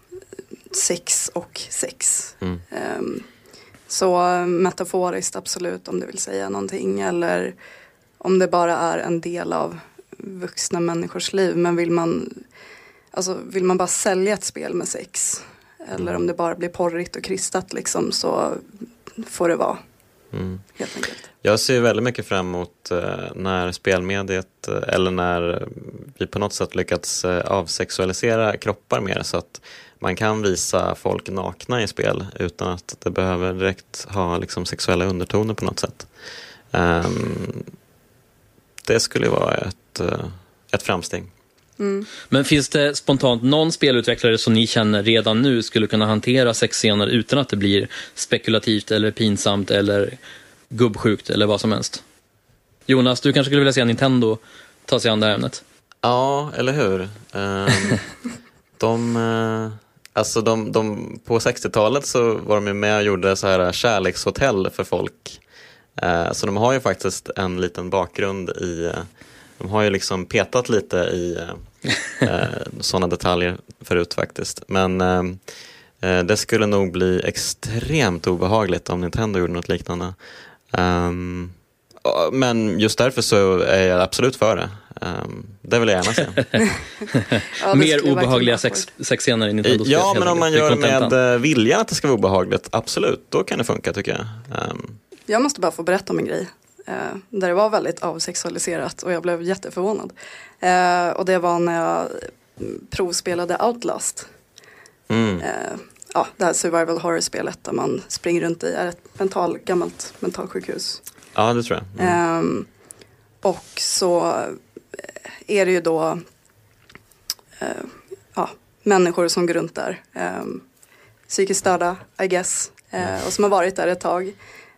sex och sex. Mm. Um, så metaforiskt absolut, om det vill säga någonting, eller om det bara är en del av vuxna människors liv. Men vill man, alltså vill man bara sälja ett spel med sex, eller om det bara blir porrigt och kristat liksom, så får det vara. Mm. Helt enkelt. Jag ser väldigt mycket fram emot eh, när spelmediet eh, eller när vi på något sätt lyckats eh, avsexualisera kroppar mer, så att man kan visa folk nakna i spel utan att det behöver direkt ha liksom sexuella undertoner på något sätt. Um, det skulle vara ett, uh, ett framsteg. Mm. Men finns det spontant någon spelutvecklare som ni känner redan nu skulle kunna hantera sexscener utan att det blir spekulativt eller pinsamt eller gubbsjukt eller vad som helst? Jonas, du kanske skulle vilja se Nintendo ta sig an det här ämnet? Ja, eller hur? Um, de... Uh... Alltså de, de, på sextiotalet så var de ju med och gjorde så här kärlekshotell för folk. Eh, så de har ju faktiskt en liten bakgrund i, de har ju liksom petat lite i eh, sådana detaljer förut faktiskt. Men eh, det skulle nog bli extremt obehagligt om Nintendo gjorde något liknande. Um, men just därför så är jag absolut för det. Um, det vill jag gärna se. Ja, mer obehagliga sex, sexscener i Nintendo-spel. Ja, men om man gör med viljan att det ska vara obehagligt, absolut, då kan det funka tycker jag. Um. Jag måste bara få berätta om en grej. Uh, där det var väldigt avsexualiserat och jag blev jätteförvånad. Uh, och det var när jag provspelade Outlast. Mm. Uh, ja, det här survival horror-spelet där man springer runt i är ett mental, gammalt mentalsjukhus. Ja, det tror jag. Mm. Um, och så är det ju då uh, ja, människor som går runt där. Um, psykiskt störda, I guess. Uh, och som har varit där ett tag.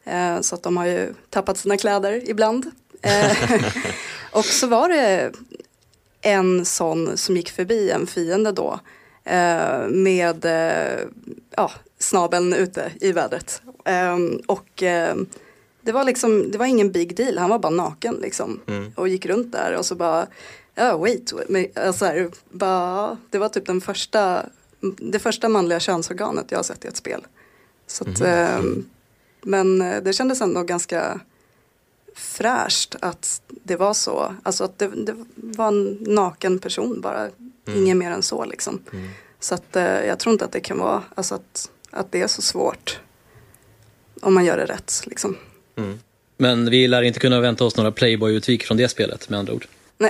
Eh, så att de har ju tappat sina kläder ibland. Eh, och så var det en sån som gick förbi en fiende då. Eh, med eh, ja, snabeln ute i vädret. Eh, och eh, det var liksom, det var ingen big deal. Han var bara naken liksom. Mm. Och gick runt där och så bara, ja oh, wait. Alltså här, bara, det var typ den första, det första manliga könsorganet jag har sett i ett spel. Så att, mm. eh, men det kändes ändå ganska fräscht att det var så. Alltså att det, det var en naken person bara. Mm. Ingen mer än så liksom. Mm. Så att eh, jag tror inte att det kan vara, alltså att, att det är så svårt om man gör det rätt liksom. Mm. Men vi lär inte kunna vänta oss några Playboy-utvik från det spelet med andra ord. Nej,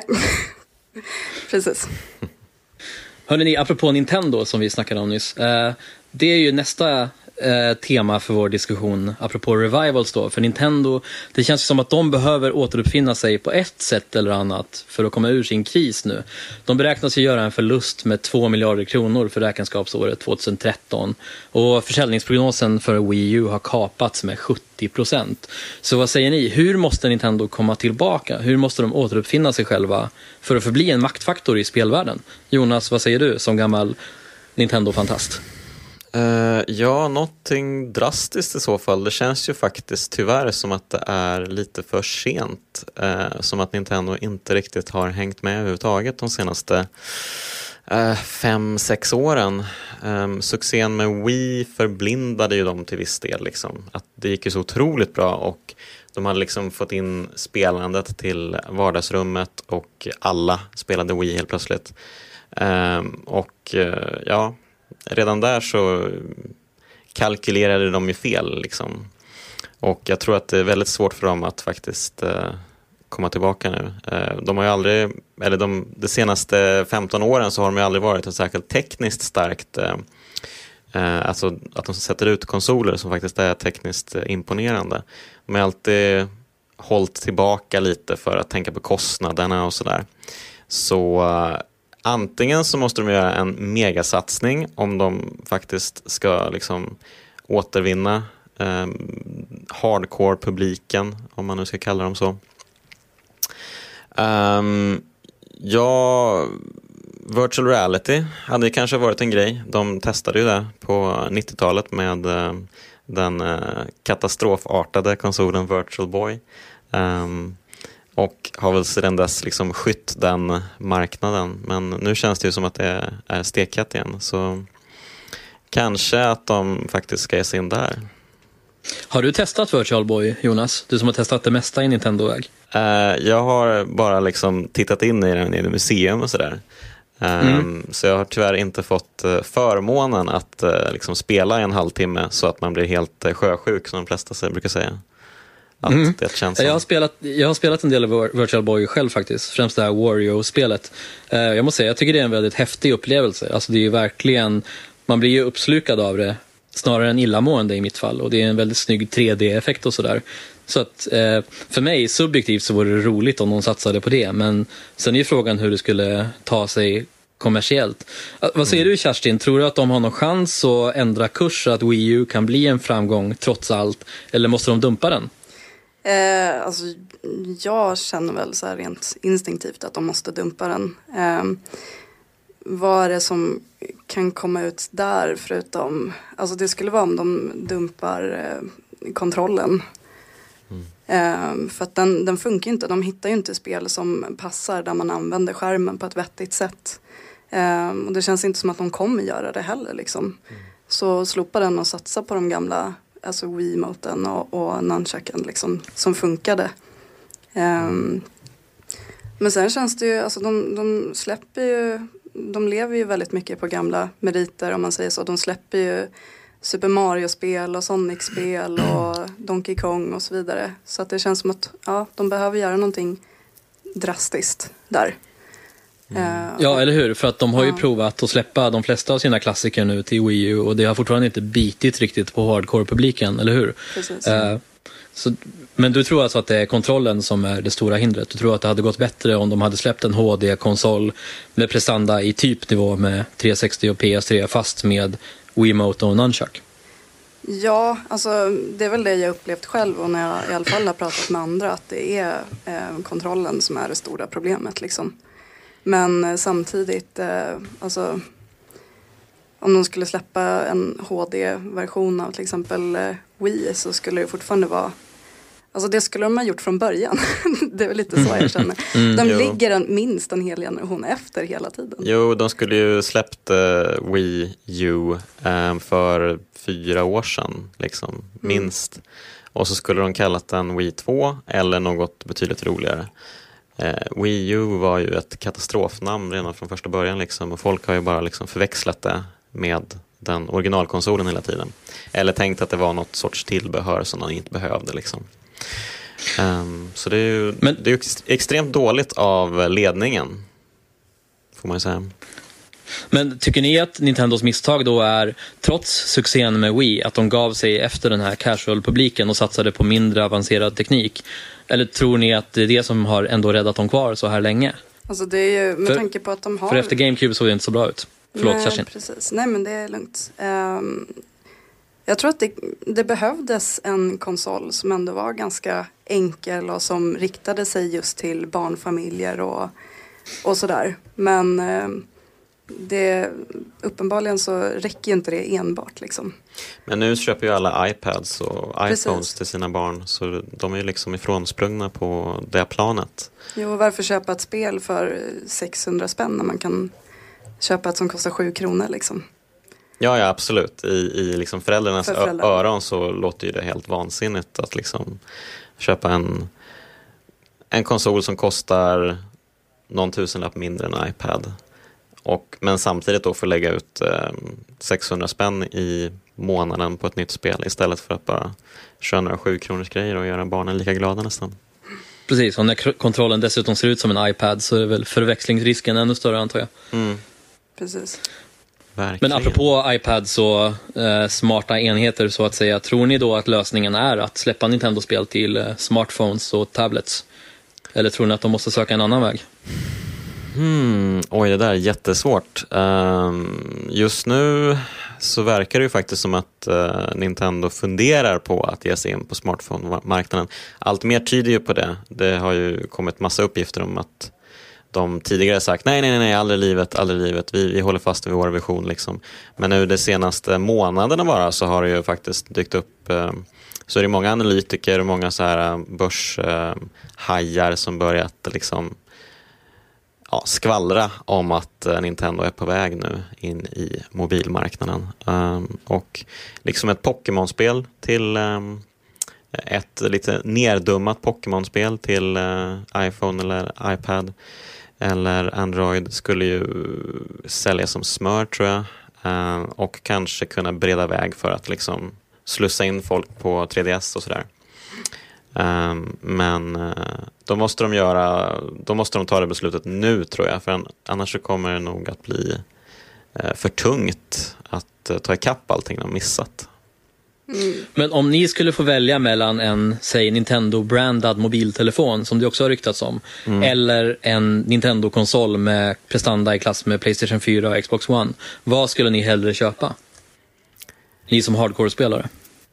precis. Hörrni, ni, apropå Nintendo som vi snackade om nyss. Eh, det är ju nästa eh, tema för vår diskussion apropå Revivals då. För Nintendo, det känns som att de behöver återuppfinna sig på ett sätt eller annat för att komma ur sin kris nu. De beräknas ju göra en förlust med två miljarder kronor för räkenskapsåret tjugohundratretton. Och försäljningsprognosen för Wii U har kapats med sjuttio procent. Så vad säger ni? Hur måste Nintendo komma tillbaka? Hur måste de återuppfinna sig själva för att förbli en maktfaktor i spelvärlden? Jonas, vad säger du som gammal Nintendo-fantast? Uh, ja, någonting drastiskt i så fall. Det känns ju faktiskt tyvärr som att det är lite för sent. Uh, som att Nintendo inte riktigt har hängt med överhuvudtaget de senaste uh, fem, sex åren. Um, succén med Wii förblindade ju dem till viss del. Liksom. Att det gick ju så otroligt bra och de hade liksom fått in spelandet till vardagsrummet och alla spelade Wii helt plötsligt. Um, och uh, ja... Redan där så kalkylerade de ju fel liksom. Och jag tror att det är väldigt svårt för dem att faktiskt eh, komma tillbaka nu. Eh, de har ju aldrig, eller de, de senaste femton åren så har de ju aldrig varit ett särskilt tekniskt starkt, eh, alltså att de sätter ut konsoler som faktiskt är tekniskt eh, imponerande. De har alltid hållit tillbaka lite för att tänka på kostnaderna och sådär. Så eh, antingen så måste de göra en megasatsning om de faktiskt ska liksom återvinna eh, hardcore-publiken, om man nu ska kalla dem så. Um, ja, virtual reality hade kanske varit en grej. De testade ju det på nittiotalet med eh, den eh, katastrofartade konsolen Virtual Boy. Um, Och har väl sedan dess liksom skytt den marknaden. Men nu känns det ju som att det är stekat igen. Så kanske att de faktiskt ska ge sig in där. Har du testat Virtual Boy, Jonas? Du som har testat det mesta i Nintendo-väg. Uh, jag har bara liksom tittat in i den i det museum och sådär. Um, mm. Så jag har tyvärr inte fått uh, förmånen att uh, liksom spela en halvtimme så att man blir helt uh, sjösjuk, som de flesta brukar säga. Mm. Det känns som... jag, har spelat, jag har spelat en del av Virtual Boy själv faktiskt. Främst det här Wario-spelet. uh, Jag måste säga, jag tycker det är en väldigt häftig upplevelse. Alltså det är ju verkligen, man blir ju uppslukad av det snarare än illamående i mitt fall. Och det är en väldigt snygg tre D-effekt och sådär. Så att uh, för mig subjektivt så vore det roligt om någon satsade på det. Men sen är ju frågan hur det skulle ta sig kommersiellt. uh, Vad säger mm. du, Kerstin? Tror du att de har någon chans att ändra kurs så att Wii U kan bli en framgång trots allt? Eller måste de dumpa den? Eh, alltså, jag känner väl så här rent instinktivt att de måste dumpa den. Eh, vad är det som kan komma ut där förutom... Alltså det skulle vara om de dumpar eh, kontrollen. Mm. Eh, för att den, den funkar inte. De hittar ju inte spel som passar där man använder skärmen på ett vettigt sätt. Eh, och det känns inte som att de kommer göra det heller. Liksom. Mm. Så slopa den och satsa på de gamla... Alltså Wiimoten och, och nunchucken liksom, som funkade. Um, men sen känns det ju, alltså de, de släpper ju, de lever ju väldigt mycket på gamla meriter om man säger så. De släpper ju Super Mario-spel och Sonic-spel och Donkey Kong och så vidare. Så att det känns som att ja, de behöver göra någonting drastiskt där. Mm. Ja, eller hur? För att de har ju ja. provat att släppa de flesta av sina klassiker nu till Wii U och det har fortfarande inte bitit riktigt på hardcore-publiken, eller hur? Precis. Uh, så, men du tror alltså att det är kontrollen som är det stora hindret? Du tror att det hade gått bättre om de hade släppt en H D-konsol med prestanda i typ nivå med trehundrasextio och P S tre fast med Wiimote och Nunchuck? Ja, alltså det är väl det jag upplevt själv och när jag i alla fall har pratat med andra att det är eh, kontrollen som är det stora problemet liksom. Men eh, samtidigt, eh, alltså om de skulle släppa en H D-version av till exempel eh, Wii så skulle det fortfarande vara, alltså det skulle de ha gjort från början. Det är väl lite så jag känner. Mm, de jo. ligger en, minst en hel generation efter hela tiden. Jo, de skulle ju släppt uh, Wii U um, för fyra år sedan, liksom, mm. minst. Och så skulle de kallat den Wii två eller något betydligt roligare. Uh, Wii U var ju ett katastrofnamn redan från första början liksom, och folk har ju bara liksom förväxlat det med den originalkonsolen hela tiden. Eller tänkt att det var något sorts tillbehör som de inte behövde liksom. Um, så det är ju Men, det är ju extremt dåligt av ledningen, får man ju säga. Men tycker ni att Nintendos misstag då är, trots succén med Wii, att de gav sig efter den här casual-publiken och satsade på mindre avancerad teknik? Eller tror ni att det är det som har ändå räddat dem kvar så här länge? Alltså det är ju med för, tanke på att de har... För efter GameCube såg det inte så bra ut. Förlåt, Nej, Kerstin. precis. Nej, men det är lugnt. Um, jag tror att det, det behövdes en konsol som ändå var ganska enkel och som riktade sig just till barnfamiljer och, och sådär. Men um, det, uppenbarligen så räcker ju inte det enbart liksom. Men nu köper ju alla iPads och Precis. iPhones till sina barn, så de är ju liksom ifrånsprungna på det planet. Jo, varför köpa ett spel för sexhundra spänn när man kan köpa ett som kostar sju kronor liksom? Ja, ja, absolut. I, i liksom föräldrarnas För föräldrar. öron så låter ju det helt vansinnigt att liksom köpa en, en konsol som kostar någon tusenlapp mindre än en iPad. Och, men samtidigt då få lägga ut eh, sexhundra spänn i månaden på ett nytt spel istället för att bara köra några sju kronors grejer och göra barnen lika glada nästan. Precis, och när kontrollen dessutom ser ut som en iPad så är väl förväxlingsrisken ännu större, antar jag. Mm. Precis. Verkligen. Men apropå iPad så eh, smarta enheter så att säga, tror ni då att lösningen är att släppa Nintendo-spel till eh, smartphones och tablets? Eller tror ni att de måste söka en annan väg? Hmm, oj, det där är jättesvårt. Um, just nu så verkar det ju faktiskt som att uh, Nintendo funderar på att ge sig in på smartphone-marknaden. Allt mer tyder ju på det. Det har ju kommit massa uppgifter om att de tidigare sagt nej, nej, nej, aldrig i livet, aldrig i livet. Vi, vi håller fast vid vår vision liksom. Men nu de senaste månaderna bara så har det ju faktiskt dykt upp, uh, så är det många analytiker och många så här börshajar uh, som börjat liksom Ja, skvallra om att uh, Nintendo är på väg nu in i mobilmarknaden. Um, och liksom ett Pokémon-spel till um, ett lite neddummat Pokémon-spel till uh, iPhone eller iPad eller Android skulle ju sälja som smör, tror jag. Uh, och kanske kunna breda väg för att liksom slussa in folk på tre D S och sådär. Um, men uh, då måste de göra då måste de ta det beslutet nu, tror jag, för annars så kommer det nog att bli uh, för tungt att uh, ta ikapp allting de missat. Mm. Men om ni skulle få välja mellan en, säg, Nintendo-brandad mobiltelefon som det också har ryktats om, mm. eller en Nintendo-konsol med prestanda i klass med PlayStation fyra och Xbox One, vad skulle ni hellre köpa? Ni som hardcore-spelare.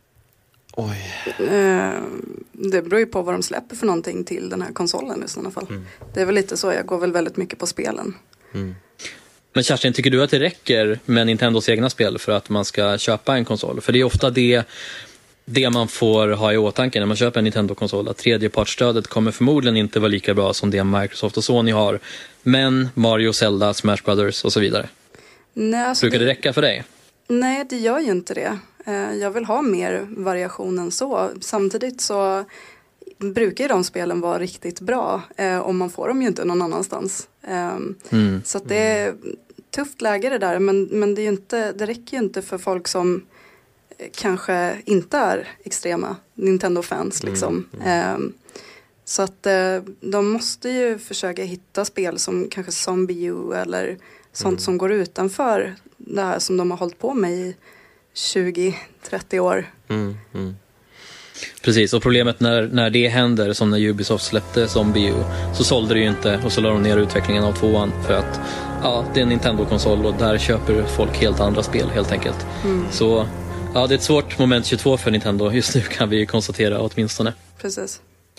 Oj. Eh, det beror ju på vad de släpper för någonting till den här konsolen i sådana fall. Mm. Det är väl lite så, jag går väl väldigt mycket på spelen. Mm. Men Kerstin, tycker du att det räcker med Nintendos egna spel för att man ska köpa en konsol? För det är ofta det, det man får ha i åtanke när man köper en Nintendo-konsol, att tredjepartsstödet kommer förmodligen inte vara lika bra som det Microsoft och Sony har. Men Mario, Zelda, Smash Brothers och så vidare. Nej, alltså Brukar det det räcka för dig? Nej, det gör ju inte det. Jag vill ha mer variation än så. Samtidigt så brukar ju de spelen vara riktigt bra. Och man får dem ju inte någon annanstans. Mm. Så att det är tufft läge det där. Men, men det, är ju inte, det räcker ju inte för folk som kanske inte är extrema Nintendo-fans. Liksom. Mm. Mm. Så att de måste ju försöka hitta spel som kanske Zombie U eller sånt mm. som går utanför det här som de har hållit på med i tjugo trettio år. Mm, mm. Precis, och problemet när, när det händer, som när Ubisoft släppte Zombie U, så sålde det ju inte och så la de ner utvecklingen av tvåan för att ja, det är en Nintendo-konsol och där köper folk helt andra spel helt enkelt. Mm. Så Ja, det är ett svårt moment tjugotvå för Nintendo. Just nu kan vi konstatera åtminstone. Precis.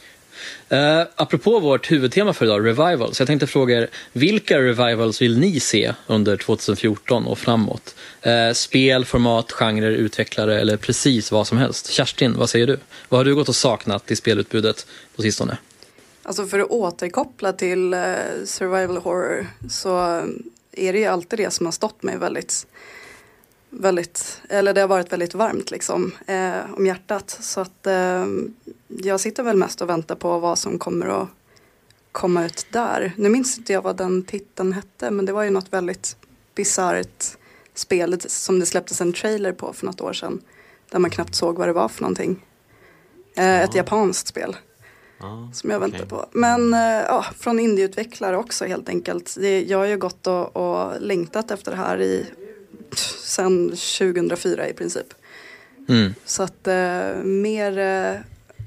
Uh, apropå vårt huvudtema för idag, Revivals. Jag tänkte fråga er, vilka Revivals vill ni se under tjugohundrafjorton och framåt? Uh, spel, format, genrer, utvecklare eller precis vad som helst. Kerstin, vad säger du? Vad har du gått och saknat i spelutbudet på sistone? Alltså för att återkoppla till uh, survival horror så är det ju alltid det som har stått mig väldigt, väldigt eller det har varit väldigt varmt liksom eh, om hjärtat. Så att eh, jag sitter väl mest och väntar på vad som kommer att komma ut där. Nu minns inte jag vad den titeln hette, men det var ju något väldigt bizarrt spel som det släpptes en trailer på för något år sedan. Där man knappt såg vad det var för någonting. Eh, ja. Ett japanskt spel. Ah, som jag väntar okay. på. Men äh, ja, från indieutvecklare också helt enkelt. Det, jag har ju gått och, och längtat efter det här i sen tjugohundrafyra i princip. Mm. Så att äh, mer äh,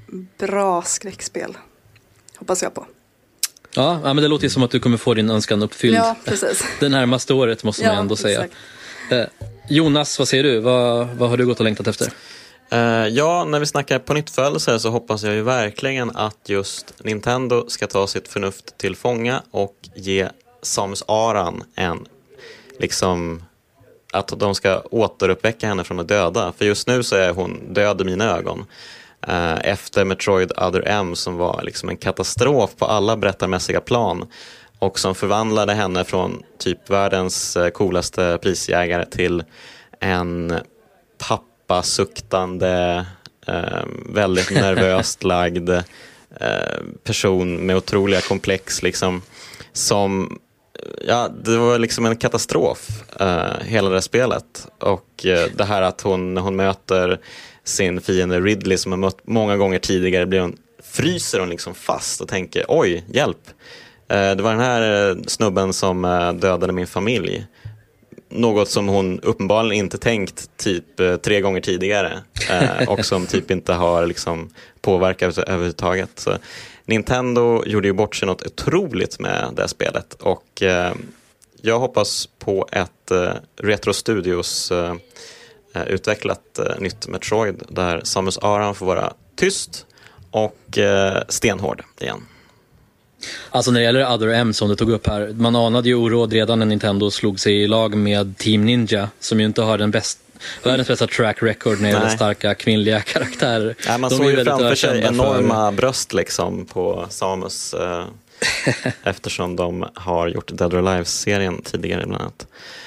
bra skräckspel hoppas jag på. Ja, men det låter ju som att du kommer få din önskan uppfylld. Ja, precis. Det närmaste året måste man ja, ändå säga. Äh, Jonas, vad säger du? Vad, vad har du gått och längtat efter? Uh, ja, när vi snackar på nyttfödelser så hoppas jag ju verkligen att just Nintendo ska ta sitt förnuft till fånga och ge Samus Aran en, liksom, att de ska återuppväcka henne från att döda. För just nu så är hon död i mina ögon. Uh, efter Metroid Other M som var liksom en katastrof på alla berättarmässiga plan och som förvandlade henne från typ världens uh, coolaste prisjägare till en pappa suktande, eh, väldigt nervöst lagd eh, person med otroliga komplex liksom, som ja, det var liksom en katastrof eh, hela det spelet och eh, det här att hon, hon möter sin fiende Ridley som har mött många gånger tidigare blir hon, fryser hon liksom fast och tänker oj, hjälp eh, det var den här snubben som eh, dödade min familj. Något som hon uppenbarligen inte tänkt typ eh, tre gånger tidigare eh, och som typ inte har liksom påverkat överhuvudtaget. Så Nintendo gjorde ju bort sig något otroligt med det spelet och eh, jag hoppas på ett eh, Retro Studios eh, utvecklat eh, nytt Metroid där Samus Aran får vara tyst och eh, stenhård igen. Alltså när det gäller Other M som du tog upp här, man anade ju oråd redan när Nintendo slog sig i lag med Team Ninja som ju inte har den bästa världens bästa track record när det gäller starka kvinnliga karaktärer. Nej, man De såg ju framför sig enorma för... bröst liksom på Samus eh, eftersom de har gjort Dead or Alive-serien tidigare bland annat.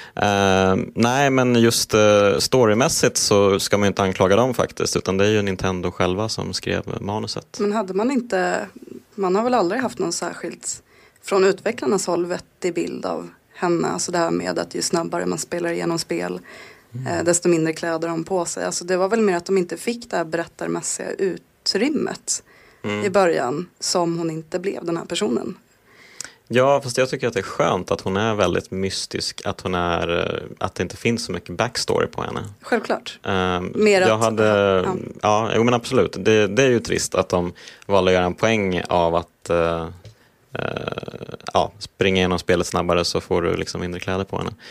Uh, nej, men just uh, storymässigt så ska man inte anklaga dem faktiskt, utan det är ju Nintendo själva som skrev manuset. Men hade man inte, man har väl aldrig haft någon särskilt från utvecklarnas håll vettig bild av henne, alltså det här med att ju snabbare man spelar igenom spel mm. eh, desto mindre kläder de på sig, alltså det var väl mer att de inte fick det här berättarmässiga utrymmet mm. i början som hon inte blev den här personen. Ja, fast jag tycker att det är skönt att hon är väldigt mystisk, att hon är, att det inte finns så mycket backstory på henne. Självklart. Um, Mer jag att, hade, ja, ja. ja, men absolut. Det, det är ju trist att de valde att göra en poäng av att uh, uh, ja, springa igenom spelet snabbare så får du liksom mindre kläder på henne.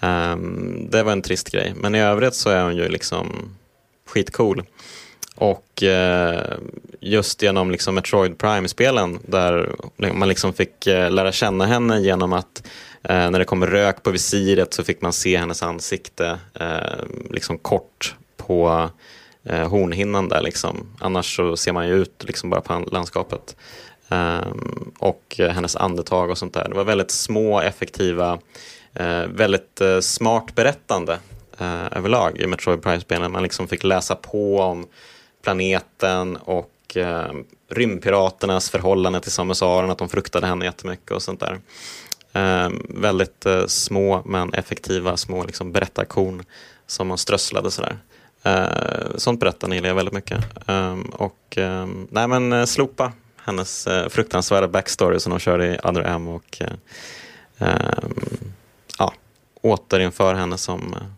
Um, det var en trist grej. Men i övrigt så är hon ju liksom skitcool. Och eh, just genom liksom Metroid Prime-spelen där man liksom fick eh, lära känna henne genom att eh, när det kom rök på visiret så fick man se hennes ansikte eh, liksom kort på eh, hornhinnan där liksom. Annars så ser man ju ut liksom bara på landskapet. Eh, och hennes andetag och sånt där. Det var väldigt små, effektiva, eh, väldigt eh, smart berättande eh, överlag i Metroid Prime-spelen. Man liksom fick läsa på om planeten och eh, rymdpiraternas förhållande till Samus Aran, att de fruktade henne jättemycket och sånt där. Eh, väldigt eh, små men effektiva små liksom, berättarkorn som man strösslade sådär. Eh, sånt berättande gillar jag väldigt mycket. Eh, och eh, nej men slopa hennes eh, fruktansvärda backstory som de körde i Other M och eh, eh, ja, återinför henne som eh,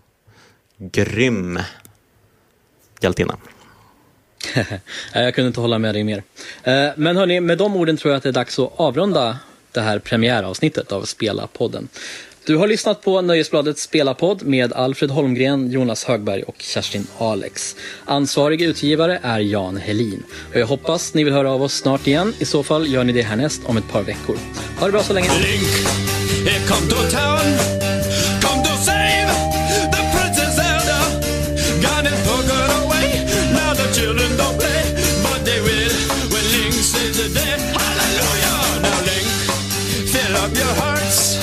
grym hjältinna. Jag kunde inte hålla med dig mer. Men hörni, med de orden tror jag att det är dags att avrunda det här premiäravsnittet av Spela-podden. Du har lyssnat på Nöjesbladets spelarpodd med Alfred Holmgren, Jonas Högberg och Kerstin Alex. Ansvarig utgivare är Jan Helin. Och jag hoppas ni vill höra av oss snart igen. I så fall gör ni det härnäst om ett par veckor. Ha det bra så länge. Link, here come to town. Come to save the Princess Zelda. Got it put away. Now the children don't play, but they will when Link saves the day. Hallelujah! Now Link, fill up your hearts